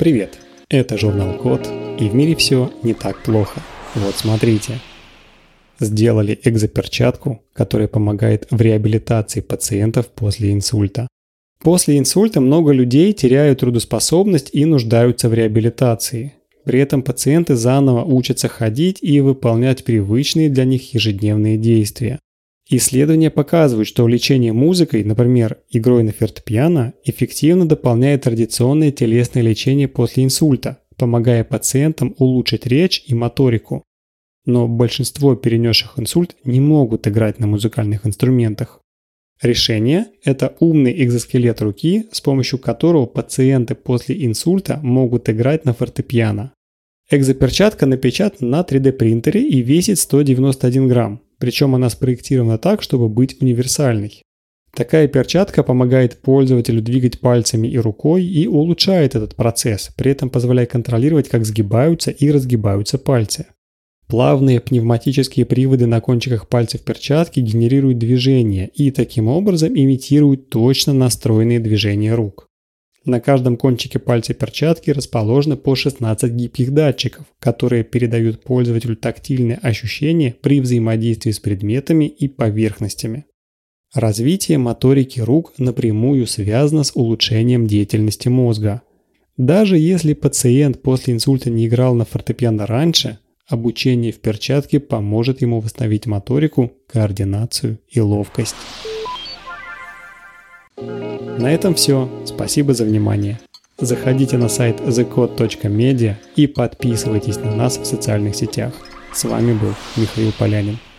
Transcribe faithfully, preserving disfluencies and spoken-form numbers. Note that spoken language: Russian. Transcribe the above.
Привет, это журнал Код, и в мире все не так плохо. Вот смотрите. Сделали экзоперчатку, которая помогает в реабилитации пациентов после инсульта. После инсульта много людей теряют трудоспособность и нуждаются в реабилитации. При этом пациенты заново учатся ходить и выполнять привычные для них ежедневные действия. Исследования показывают, что лечение музыкой, например, игрой на фортепиано, эффективно дополняет традиционное телесное лечение после инсульта, помогая пациентам улучшить речь и моторику. Но большинство перенесших инсульт не могут играть на музыкальных инструментах. Решение – это умный экзоскелет руки, с помощью которого пациенты после инсульта могут играть на фортепиано. Экзоперчатка напечатана на три дэ принтере и весит сто девяносто один грамм, причем она спроектирована так, чтобы быть универсальной. Такая перчатка помогает пользователю двигать пальцами и рукой и улучшает этот процесс, при этом позволяя контролировать, как сгибаются и разгибаются пальцы. Плавные пневматические приводы на кончиках пальцев перчатки генерируют движение и таким образом имитируют точно настроенные движения рук. На каждом кончике пальца перчатки расположено по шестнадцать гибких датчиков, которые передают пользователю тактильные ощущения при взаимодействии с предметами и поверхностями. Развитие моторики рук напрямую связано с улучшением деятельности мозга. Даже если пациент после инсульта не играл на фортепиано раньше, обучение в перчатке поможет ему восстановить моторику, координацию и ловкость. На этом все. Спасибо за внимание. Заходите на сайт the code точка media и подписывайтесь на нас в социальных сетях. С вами был Михаил Полянин.